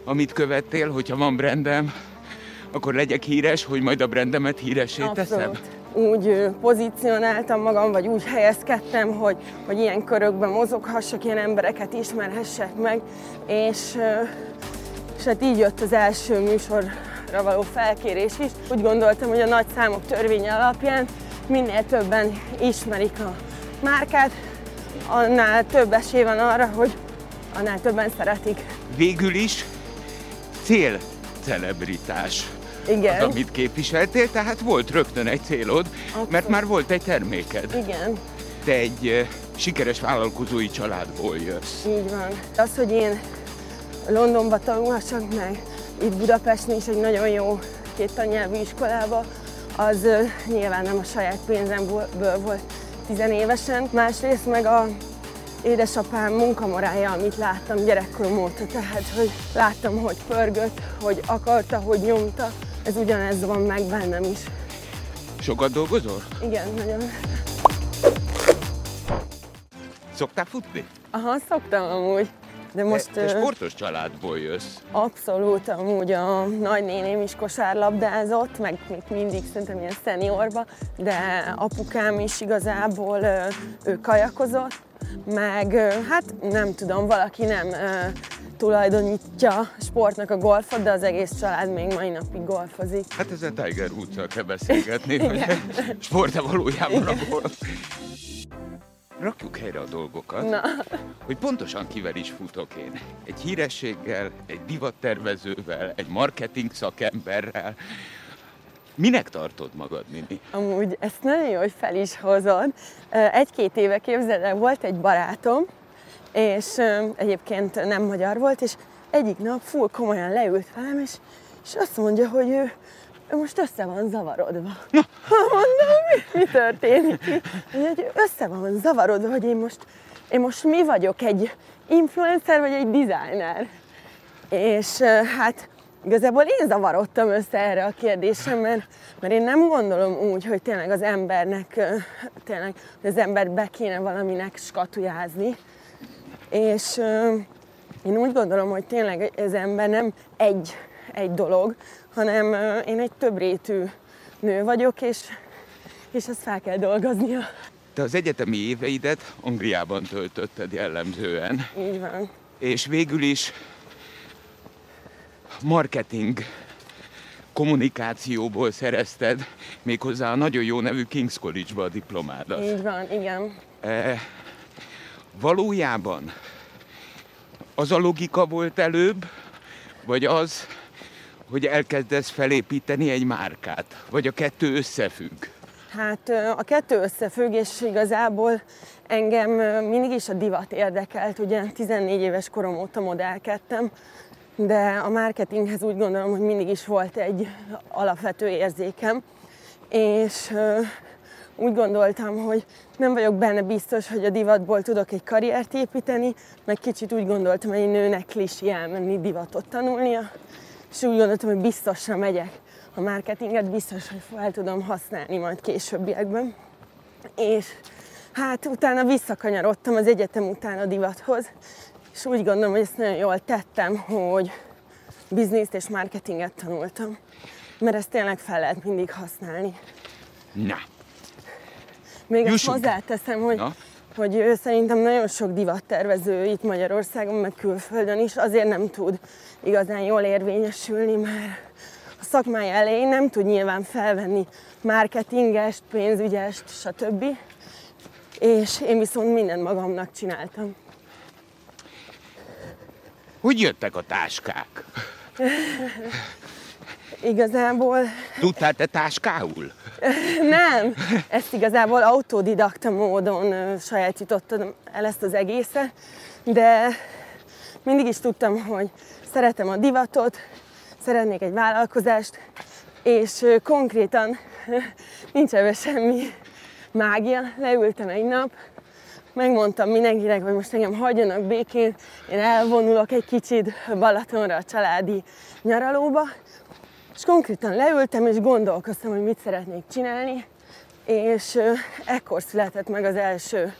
amit követtél, hogyha van brandem, akkor legyek híres, hogy majd a brandemet híressé teszem? Úgy pozícionáltam magam, vagy úgy helyezkedtem, hogy ilyen körökben mozoghassak, ilyen embereket ismerhessek meg, és hát így jött az első műsorra való felkérés is. Úgy gondoltam, hogy a nagy számok törvénye alapján minél többen ismerik a márkát, annál több esély van arra, hogy annál többen szeretik. Végül is célcelebritás. Igen. Az, amit képviseltél, tehát volt rögtön egy célod, Abszolút. mert már volt egy terméked. Igen. Te egy sikeres vállalkozói családból jössz. Így van. Az, hogy én Londonba tanulhassak meg, itt Budapesten is egy nagyon jó két tannyelvű iskolába, az nyilván nem a saját pénzemből volt 10 évesen. Másrészt meg a édesapám munkamorája, amit láttam gyerekkorom óta, tehát hogy láttam, hogy pörgött, hogy akarta, hogy nyomta, ez ugyanez van meg bennem is. Sokat dolgozol? Igen, nagyon. Szoktál futni? Aha, szoktam amúgy, de most... Te sportos családból jössz. Abszolút, amúgy a nagynéném is kosárlabdázott, meg még mindig szerintem ilyen szeniorba, de apukám is igazából ő kajakozott, meg hát nem tudom, valaki nem tulajdonítja sportnak a golfot, de az egész család még mai napig golfozik. Hát ezzel Tiger Woods-szal kell beszélgetni, hogy sport-e valójában a golf. Rakjuk helyre a dolgokat, hogy pontosan kivel is futok én. Egy hírességgel, egy divattervezővel, egy marketing szakemberrel. Minek tartod magad, Nini? Amúgy ezt nagyon jó, hogy fel is hozod. 1-2 éve képzeld el, volt egy barátom, és egyébként nem magyar volt, és egyik nap full komolyan leült velem, és azt mondja, hogy ő most össze van zavarodva. Mondom, mi történik? Hogy össze van zavarodva, hogy én most mi vagyok, egy influencer vagy egy designer? És hát igazából én zavarodtam össze erre a kérdésre, mert én nem gondolom úgy, hogy tényleg az embernek, az embert be kéne valaminek skatujázni. És én úgy gondolom, hogy tényleg az ember nem egy dolog, hanem én egy többrétű nő vagyok, és ezt fel kell dolgoznia. Te az egyetemi éveidet Angliában töltötted jellemzően. Így van. És végül is marketing kommunikációból szerezted méghozzá a nagyon jó nevű King's College-ba a diplomádat. Így van, igen. Valójában az a logika volt előbb, vagy az, hogy elkezdesz felépíteni egy márkát? Vagy a kettő összefügg? Hát a kettő összefügg, és igazából engem mindig is a divat érdekelt. Ugye 14 éves korom óta modellkedtem, de a marketinghez úgy gondolom, hogy mindig is volt egy alapvető érzékem. És úgy gondoltam, hogy nem vagyok benne biztos, hogy a divatból tudok egy karriert építeni, meg kicsit úgy gondoltam, hogy egy nőnek klisi elmenni divatot tanulnia. És úgy gondoltam, hogy biztosan megyek. A marketinget biztos, hogy fel tudom használni majd későbbiekben. És hát utána visszakanyarodtam az egyetem után a divathoz, és úgy gondolom, hogy ezt nagyon jól tettem, hogy bizniszt és marketinget tanultam. Mert ezt tényleg fel lehet mindig használni. Na. Még azt hozzáteszem, hogy szerintem nagyon sok divattervező itt Magyarországon, meg külföldön is azért nem tud igazán jól érvényesülni, mert a szakmája elején nem tud nyilván felvenni marketingest, pénzügyest, stb. És én viszont mindent magamnak csináltam. Hogy jöttek a táskák? Igazából... Tudtál te táskául? Nem, ezt igazából autodidakta módon sajátítottam el ezt az egészet, de mindig is tudtam, hogy szeretem a divatot, szeretnék egy vállalkozást, és konkrétan nincs ebben semmi mágia. Leültem egy nap, megmondtam mindenkinek, hogy most engem hagyjanak békén, én elvonulok egy kicsit Balatonra a családi nyaralóba, és konkrétan leültem, és gondolkoztam, hogy mit szeretnék csinálni, és ekkor született meg az első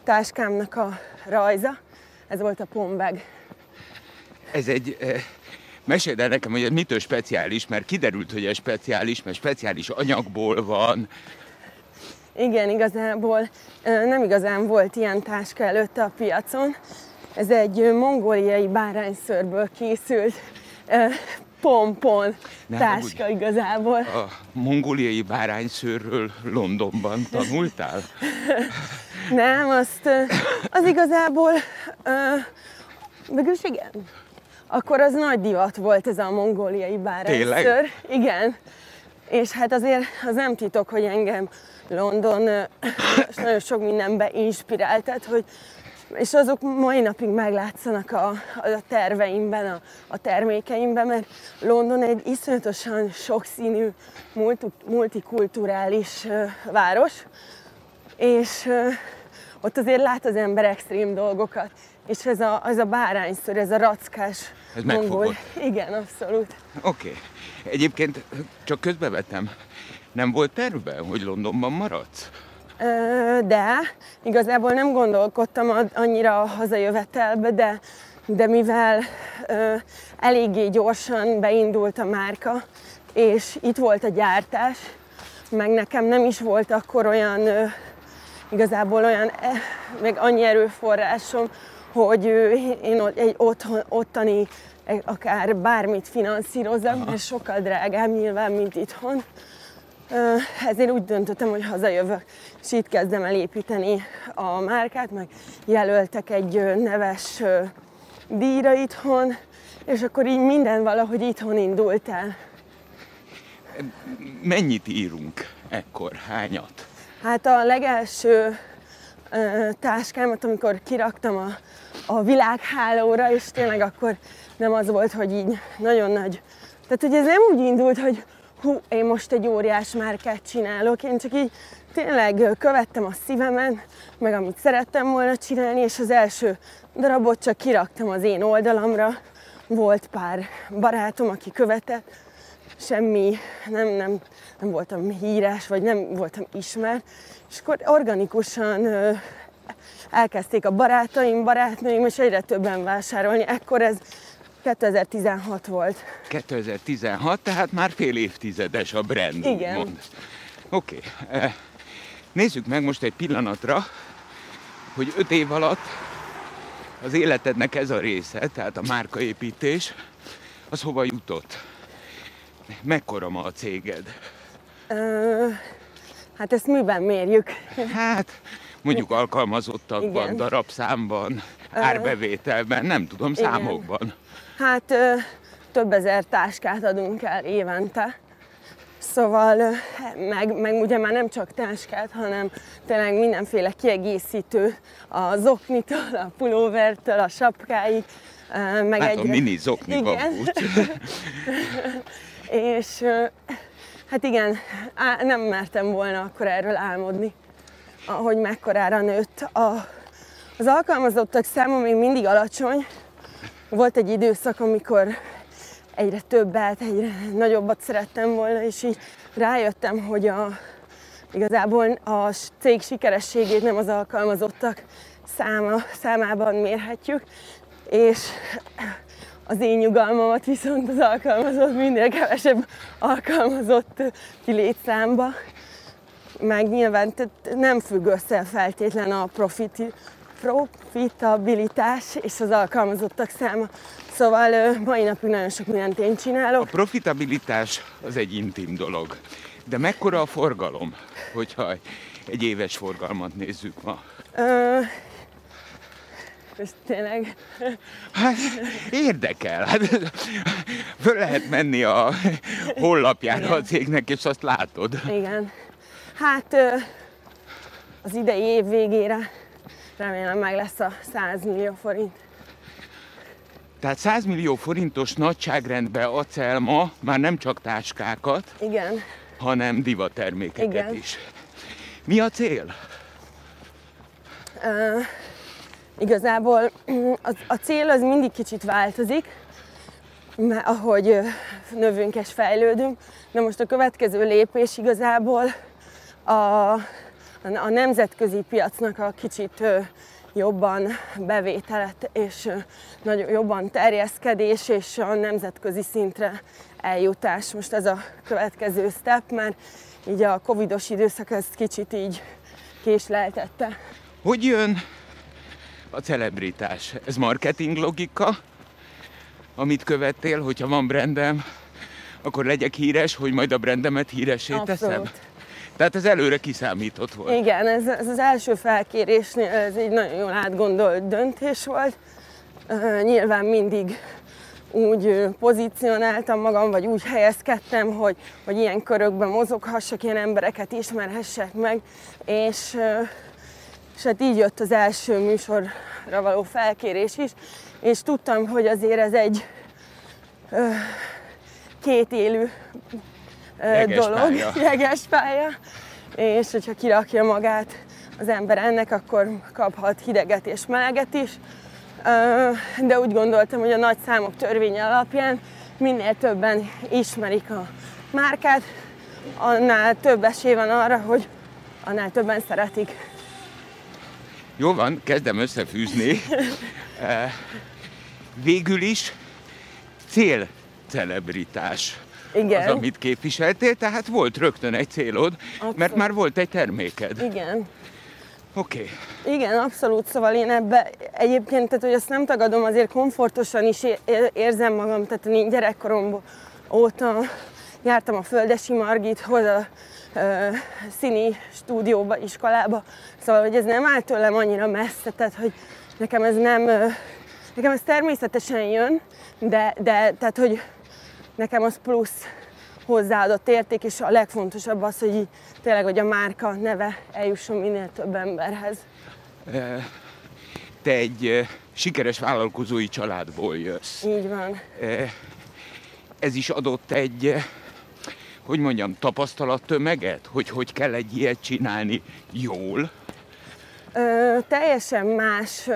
táskámnak a rajza. Ez volt a Pombag. Ez egy Meséld el nekem, hogy ez mitől speciális, mert kiderült, hogy ez speciális, mert speciális anyagból van. Igen, igazából nem igazán volt ilyen táska előtte a piacon. Ez egy mongóliai bárányszőrből készült pompon táska igazából. A mongóliai bárányszőrről Londonban tanultál? Nem, az igazából, mégis igen. Akkor az nagy divat volt ez a mongóliai bárányszőr. Tényleg? Igen. És hát azért az nem titok, hogy engem London nagyon sok mindenbe inspiráltat, hogy és azok mai napig meglátszanak a terveimben, a termékeimben, mert London egy iszonyatosan sokszínű, multikulturális város, és ott azért lát az ember extrém dolgokat. És ez a bárányszőr, ez a rackás ez megfogott. Igen, abszolút. Oké. Egyébként csak közbevettem, nem volt terve, hogy Londonban maradsz? De igazából nem gondolkodtam annyira a hazajövetelbe, de mivel eléggé gyorsan beindult a márka, és itt volt a gyártás, meg nekem nem is volt akkor olyan, igazából olyan, meg annyi erőforrásom, hogy én egy ottani, akár bármit finanszírozzak, mert sokkal drágább nyilván, mint itthon. Ezért úgy döntöttem, hogy hazajövök, és itt kezdem el építeni a márkát, meg jelöltek egy neves díjra itthon, és akkor így minden valahogy itthon indult el. Mennyit írunk ekkor? Hányat? Hát a legelső táskámat, amikor kiraktam a világhálóra, és tényleg akkor nem az volt, hogy így nagyon nagy. Tehát, hogy ez nem úgy indult, hogy én most egy óriás márkát csinálok, én csak így tényleg követtem a szívemen, meg amit szerettem volna csinálni, és az első darabot csak kiraktam az én oldalamra. Volt pár barátom, aki követett, semmi, nem voltam híres, vagy nem voltam ismert, és akkor organikusan elkezdték a barátnőim, és egyre többen vásárolni. Ekkor ez 2016 volt. 2016, tehát már fél évtizedes a brand, igen. Úgymond. Oké. Nézzük meg most egy pillanatra, hogy 5 év alatt az életednek ez a része, tehát a márkaépítés, az hova jutott? Mekkora ma a céged? Hát ezt miben mérjük? Hát mondjuk alkalmazottakban, darabszámban, árbevételben, nem tudom, igen. Számokban. Hát több ezer táskát adunk el évente. Szóval, meg ugye már nem csak táskát, hanem tényleg mindenféle kiegészítő, a zoknitól, a pulóvertől, a sapkáig. Meg hát a mini zokni babút. És hát igen, nem mertem volna akkor erről álmodni, hogy mekkorára nőtt. Az alkalmazottak száma még mindig alacsony. Volt egy időszak, amikor egyre többet, egyre nagyobbat szerettem volna, és így rájöttem, hogy igazából a cég sikerességét nem az alkalmazottak számában mérhetjük, és az én nyugalmamat viszont az alkalmazott minél kevesebb alkalmazott létszámba. Meg nyilván nem függ össze feltétlen a profitabilitás és az alkalmazottak száma. Szóval mai napig nagyon sok mindent én csinálok. A profitabilitás az egy intim dolog. De mekkora a forgalom, hogyha egy éves forgalmat nézzük ma? És tényleg... Hát érdekel. Hát, föl lehet menni a honlapjára a cégnek, és azt látod. Igen. Hát az idei év végére remélem meg lesz a 100 millió forint. Tehát 100 millió forintos nagyságrendben adsz el ma már nem csak táskákat, igen. hanem divattermékeket igen. is. Mi a cél? Igazából a cél az mindig kicsit változik, mert ahogy növünk és fejlődünk, de most a következő lépés igazából a nemzetközi piacnak a kicsit jobban bevételet, és nagyon jobban terjeszkedés, és a nemzetközi szintre eljutás. Most ez a következő step, mert így a covidos időszak ezt kicsit így késleltette. Hogy jön a celebritás? Ez marketing logika, amit követtél, hogyha van brandem, akkor legyek híres, hogy majd a brandemet híressé teszem? Tehát ez előre kiszámított volt. Igen, ez az első felkérésnél ez egy nagyon jól átgondolt döntés volt. Nyilván mindig úgy pozícionáltam magam, vagy úgy helyezkedtem, hogy ilyen körökben mozoghassak, ilyen embereket ismerhessek meg, és hát így jött az első műsorra való felkérés is, és tudtam, hogy azért ez egy két élő dolog, jeges pálya, és hogyha kirakja magát az ember ennek, akkor kaphat hideget és meleget is. De úgy gondoltam, hogy a nagy számok törvénye alapján minél többen ismerik a márkát, annál több esély van arra, hogy annál többen szeretik. Jó van, kezdem összefűzni. Végül is célcelebritás. Igen. Az, amit képviseltél, tehát volt rögtön egy célod, abszolút. Mert már volt egy terméked. Igen. Oké. Igen, abszolút, szóval én ebbe egyébként, tehát hogy azt nem tagadom, azért komfortosan is érzem magam, tehát én gyerekkorom óta jártam a Földesi Margithoz, a színi stúdióba, iskolába, szóval hogy ez nem áll tőlem annyira messze, tehát hogy nekem ez természetesen jön, de tehát hogy nekem az plusz hozzáadott érték, és a legfontosabb az, hogy így, tényleg, hogy a márka neve eljusson minél több emberhez. Te egy sikeres vállalkozói családból jössz. Így van. Ez is adott egy, hogy mondjam, tapasztalattömeget, hogy kell egy ilyet csinálni jól? Teljesen más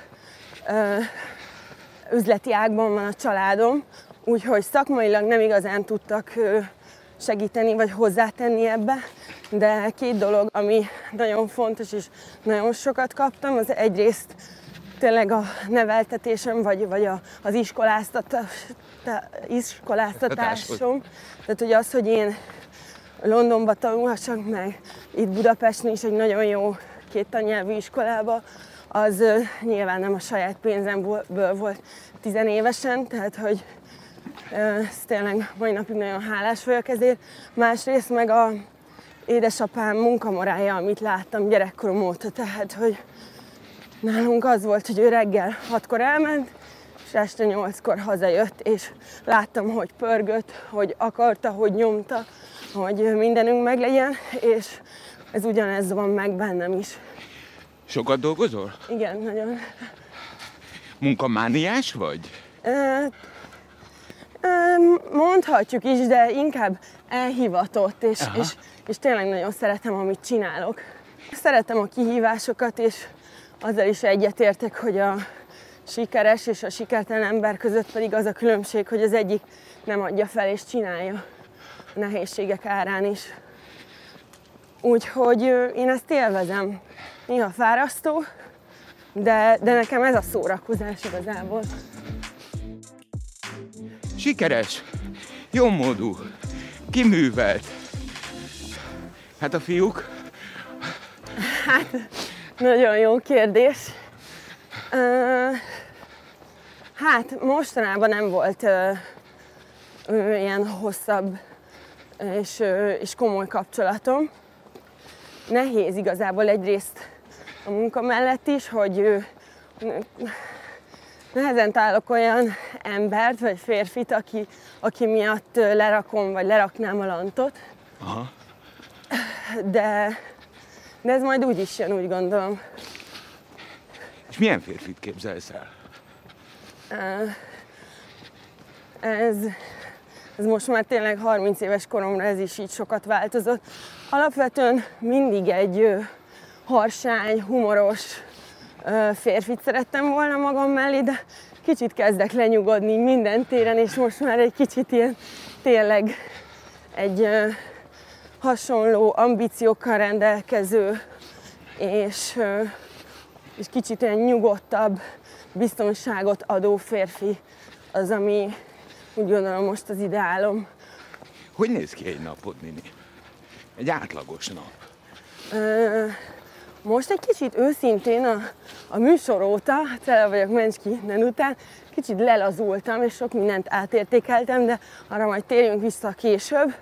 üzleti ágban van a családom, úgyhogy szakmailag nem igazán tudtak segíteni vagy hozzátenni ebbe, de két dolog, ami nagyon fontos és nagyon sokat kaptam, az egyrészt tényleg a neveltetésem, vagy az iskoláztatásom. Tehát, hogy az, hogy én Londonba tanulhassak meg, itt Budapesten is egy nagyon jó két tannyelvű iskolába, az nyilván nem a saját pénzemből volt 10 évesen, tehát hogy ez tényleg mai napig nagyon hálás vagyok ezért. Másrészt meg a édesapám munkamorája, amit láttam gyerekkorom óta, tehát hogy nálunk az volt, hogy ő reggel 6-kor elment, és este 8-kor hazajött, és láttam, hogy pörgött, hogy akarta, hogy nyomta, hogy mindenünk meglegyen, és ez ugyanez van meg bennem is. Sokat dolgozol? Igen, nagyon. Munkamániás vagy? Mondhatjuk is, de inkább elhivatott, és tényleg nagyon szeretem, amit csinálok. Szeretem a kihívásokat, és azzal is egyetértek, hogy a sikeres és a sikertelen ember között pedig az a különbség, hogy az egyik nem adja fel és csinálja a nehézségek árán is. Úgyhogy én ezt élvezem. Néha fárasztó, de nekem ez a szórakozás igazából. Sikeres, jómódú, kiművelt. Hát a fiúk? Hát, nagyon jó kérdés. Hát mostanában nem volt ilyen hosszabb és komoly kapcsolatom. Nehéz igazából egyrészt a munka mellett is, hogy nehezen találok olyan embert vagy férfit, aki miatt lerakom vagy leraknám a lantot. Aha. De ez majd úgy is jön, úgy gondolom. És milyen férfit képzelsz el? Ez most már tényleg 30 éves koromra ez is így sokat változott. Alapvetően mindig egy harsány, humoros férfit szerettem volna magam mellé, de kicsit kezdek lenyugodni minden téren, és most már egy kicsit ilyen tényleg egy hasonló ambíciókkal rendelkező, és és kicsit olyan nyugodtabb, biztonságot adó férfi az, ami úgy gondolom most az ideálom. Hogy néz ki egy napod, Nini? Egy átlagos nap. Most egy kicsit őszintén a műsor óta, tele vagyok Mencski innen után, kicsit lelazultam, és sok mindent átértékeltem, de arra majd térjünk vissza később.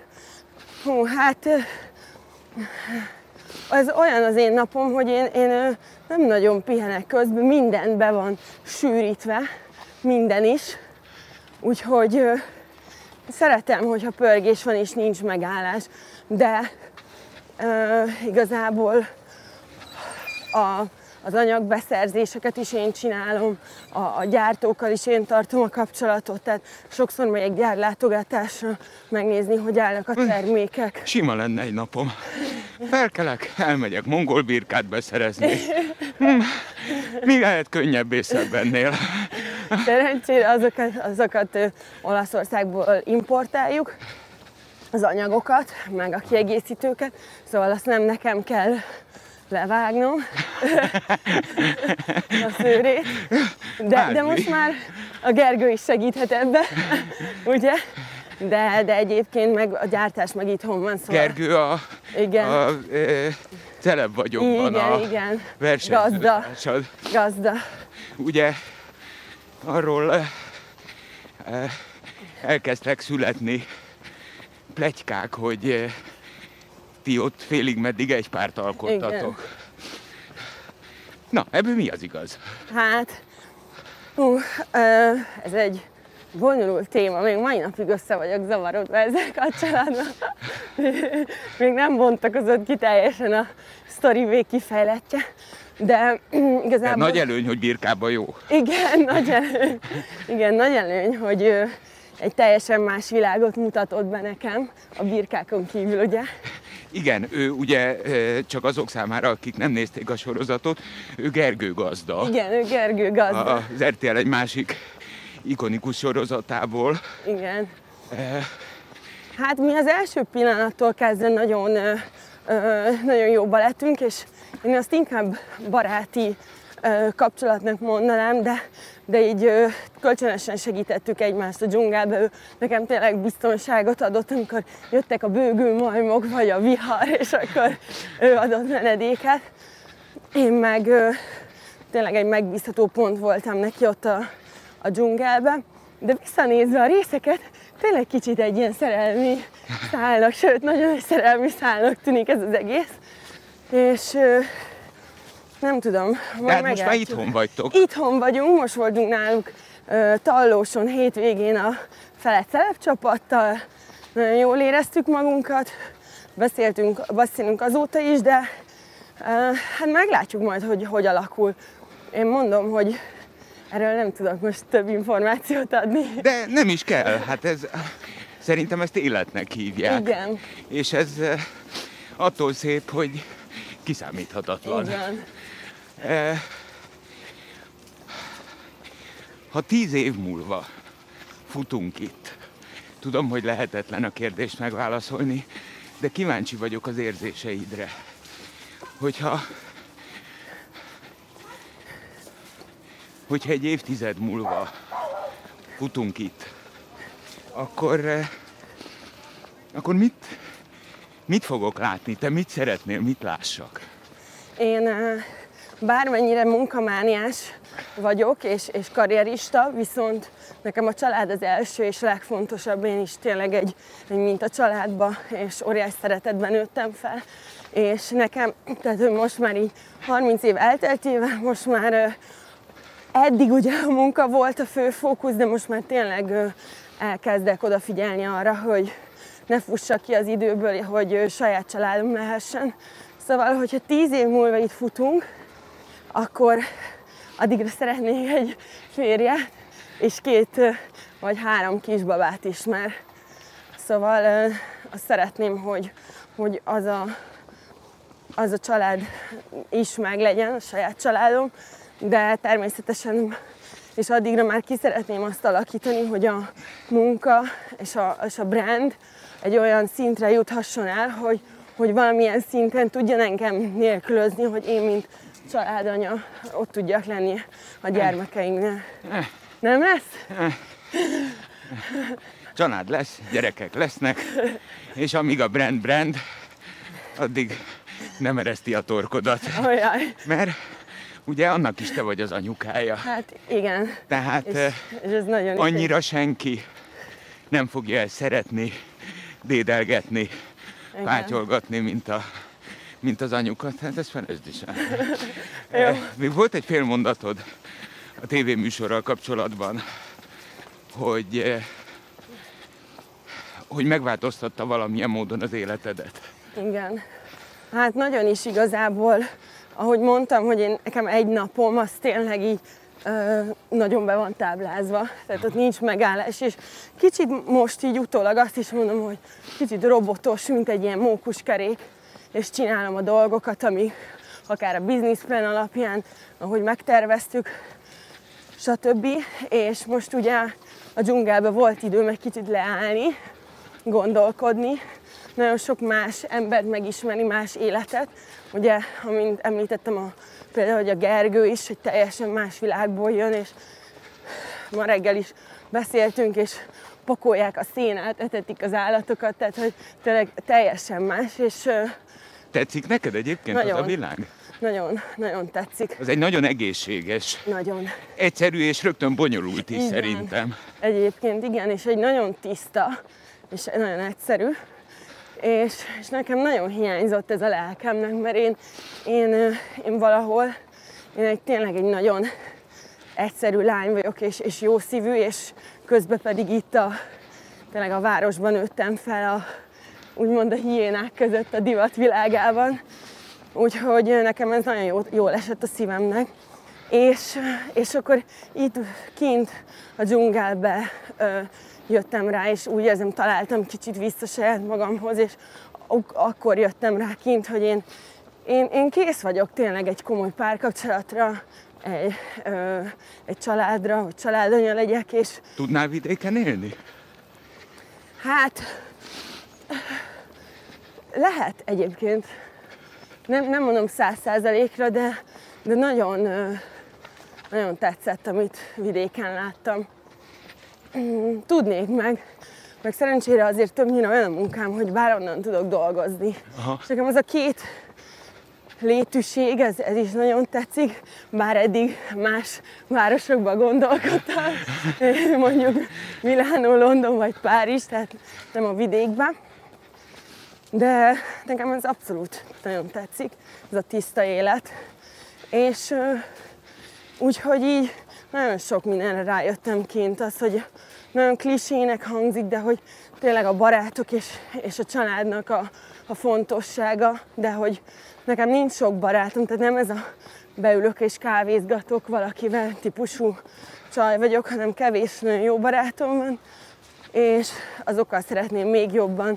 Ez olyan az én napom, hogy én nem nagyon pihenek közben, minden be van sűrítve, minden is. Úgyhogy szeretem, hogyha pörgés van és nincs megállás, de igazából az anyagbeszerzéseket is én csinálom, a gyártókkal is én tartom a kapcsolatot, tehát sokszor megyek gyárlátogatásra megnézni, hogy állnak a termékek. Sima lenne egy napom. Felkelek, elmegyek mongol birkát beszerezni. Mi lehet könnyebb és szebb ennél? Szerencsére azokat Olaszországból importáljuk, az anyagokat, meg a kiegészítőket, szóval azt nem nekem kell levágnom a szőrét, de most már a Gergő is segíthet ebbe, ugye? De egyébként meg a gyártás meg itthon van, szóval... Gergő a celeb vagyokban a versenyzőtársad. Gazda. Ugye arról elkezdtek születni pletykák, hogy ti ott félig meddig egy párt alkottatok. Igen. Na, ebből mi az igaz? Hát, ez egy bonyolult téma, még mai napig össze vagyok zavarodva ezzel kapcsolatban. Még nem bontakozott ki teljesen a sztori végkifejletje, de igazából... Nagy előny, hogy birkában jó. Igen, nagy előny, hogy egy teljesen más világot mutatott be nekem, a birkákon kívül, ugye? Igen, ő ugye csak azok számára, akik nem nézték a sorozatot, ő Gergő gazda. Igen, ő Gergő gazda. Az RTL egy másik ikonikus sorozatából. Igen. Hát mi az első pillanattól kezdve nagyon jóba lettünk, és én azt inkább baráti kapcsolatnak mondanám, de így kölcsönösen segítettük egymást a dzsungelbe. Ő nekem tényleg biztonságot adott, amikor jöttek a bőgőmajmok vagy a vihar, és akkor ő adott menedéket. Én meg tényleg egy megbízható pont voltam neki ott a dzsungelben, de visszanézve a részeket, tényleg kicsit egy ilyen szerelmi szálnak, sőt, nagyon egy szerelmi szálnak tűnik ez az egész. És nem tudom, majd most már itthon vagytok. Itthon vagyunk, most voltunk náluk Tallóson hétvégén a Fele Celeb csapattal. Nagyon jól éreztük magunkat, beszélünk azóta is, de hát meglátjuk majd, hogy alakul. Én mondom, hogy erről nem tudok most több információt adni. De nem is kell, hát szerintem ezt életnek hívják. Igen. És ez attól szép, hogy kiszámíthatatlan. Igen. Ha 10 év múlva futunk itt, tudom, hogy lehetetlen a kérdést megválaszolni, de kíváncsi vagyok az érzéseidre. Hogyha egy évtized múlva futunk itt, akkor mit fogok látni? Te mit szeretnél, mit lássak? Én bármennyire munkamániás vagyok és karrierista, viszont nekem a család az első és legfontosabb. Én is tényleg egy mint a családba, és óriás szeretetben nőttem fel. És nekem, tehát most már így 30 év elteltével, most már eddig ugye a munka volt a fő fókusz, de most már tényleg elkezdek odafigyelni arra, hogy ne fussak ki az időből, hogy saját családom lehessen. Szóval, hogyha 10 év múlva itt futunk, akkor addigra szeretnék egy férjet, és 2 vagy 3 kisbabát is már. Szóval azt szeretném, hogy az a család is meglegyen, a saját családom, de természetesen, és addigra már ki szeretném azt alakítani, hogy a munka és a brand egy olyan szintre juthasson el, hogy valamilyen szinten tudjon engem nélkülözni, hogy én, mint családanya, ott tudjak lenni a gyermekeinknél. Nem lesz? Család lesz, gyerekek lesznek, és amíg a brand, addig nem ereszti a torkodat. Ojjaj. Mert ugye annak is te vagy az anyukája. Hát igen. Tehát és ez nagyon annyira senki nem fogja el szeretni, dédelgetni, pátyolgatni, mint az anyukat. Hát ez felejtsd is el. Még volt egy fél mondatod a tévéműsorral kapcsolatban, hogy megváltoztatta valamilyen módon az életedet. Igen. Hát nagyon is igazából, ahogy mondtam, hogy nekem egy napom, az tényleg így nagyon be van táblázva, tehát ott nincs megállás, és kicsit most így utólag azt is mondom, hogy kicsit robotos, mint egy ilyen mókuskerék, és csinálom a dolgokat, ami akár a businessplan alapján, ahogy megterveztük, stb. És most ugye a dzsungelben volt időm egy kicsit leállni, gondolkodni, nagyon sok más embert megismerni, más életet. Ugye, amint említettem, például, hogy a Gergő is egy teljesen más világból jön, és ma reggel is beszéltünk, és pakolják a szénát, etetik az állatokat, tehát hogy tényleg teljesen más. És, tetszik neked egyébként nagyon, az a világ? Nagyon, nagyon tetszik. Az egy nagyon egészséges, nagyon egyszerű és rögtön bonyolult is igen, szerintem. Egyébként igen, és egy nagyon tiszta, és nagyon egyszerű. És nekem nagyon hiányzott ez a lelkemnek, mert én valahol, tényleg egy nagyon egyszerű lány vagyok, és jó szívű, és közben pedig itt tényleg a városban nőttem fel, úgymond a hiénák között a divat világában. Úgyhogy nekem ez nagyon jól esett a szívemnek. És akkor itt kint a dzsungelbe jöttem rá, és úgy érzem, találtam kicsit vissza saját magamhoz, és akkor jöttem rá kint, hogy én kész vagyok tényleg egy komoly párkapcsolatra, egy családra, hogy családanya legyek, és... Tudnál vidéken élni? Hát... Lehet egyébként. Nem mondom 100%-ra, de nagyon, nagyon tetszett, amit vidéken láttam. Tudnék meg szerencsére azért többnyire olyan munkám, hogy bárhonnan tudok dolgozni. Aha. És nekem az a két létűség, ez is nagyon tetszik, bár eddig más városokban gondolkodtam, mondjuk Milánó, London vagy Párizs, tehát nem a vidékben. De nekem ez abszolút nagyon tetszik, ez a tiszta élet. És úgyhogy így nagyon sok mindenre rájöttem kint, az, hogy nagyon klisének hangzik, de hogy tényleg a barátok és a családnak a fontossága, de hogy nekem nincs sok barátom, tehát nem ez a beülök és kávézgatok valakivel típusú csaj vagyok, hanem kevés nagyon jó barátom van, és azokkal szeretném még jobban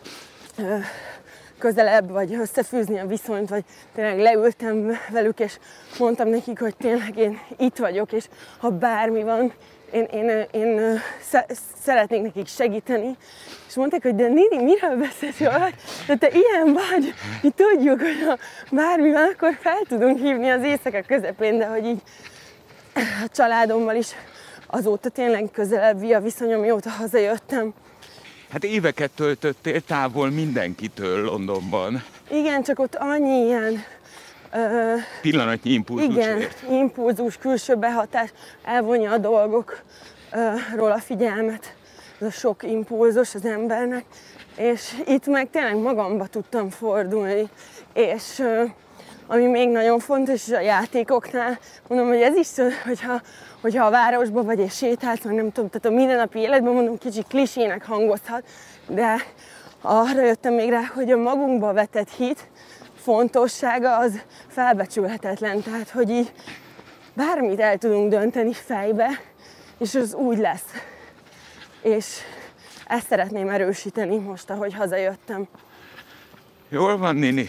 közelebb, vagy összefűzni a viszonyt, vagy tényleg leültem velük, és mondtam nekik, hogy tényleg én itt vagyok, és ha bármi van, én szeretnék nekik segíteni. És mondták, hogy de Nini, miről beszélsz jól? De te ilyen vagy, mi tudjuk, hogy ha bármi van, akkor fel tudunk hívni az éjszaka közepén, de hogy így a családommal is azóta tényleg közelebb a viszonyom, mióta hazajöttem. Hát éveket töltöttél távol mindenkitől Londonban. Igen, csak ott annyi ilyen... pillanatnyi impulzus. Igen, impulzus, külső behatás, elvonja a dolgokról a figyelmet. Ez a sok impulzus az embernek. És itt meg tényleg magamba tudtam fordulni. És ami még nagyon fontos a játékoknál, mondom, hogy ez is, hogyha a városban vagy és sétálsz, vagy nem tudom, tehát a mindennapi életben, mondom, kicsit klisének hangozhat, de arra jöttem még rá, hogy a magunkba vetett hit fontossága az felbecsülhetetlen, tehát hogy így bármit el tudunk dönteni fejbe, és az úgy lesz. És ezt szeretném erősíteni most, ahogy hazajöttem. Jól van, Nini.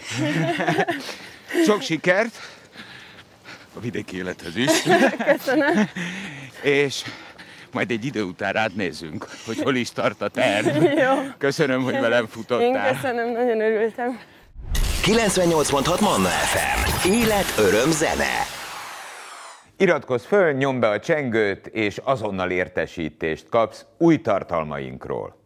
Sok sikert a vidéki élethez is. Köszönöm. És majd egy idő után rád nézzünk, hogy hol is tart a terv. Jó. Köszönöm, hogy velem futottál. Én köszönöm, nagyon örültem. 98.6 Manna FM. Élet, öröm, zene. Iratkozz föl, nyomd be a csengőt, és azonnal értesítést kapsz új tartalmainkról.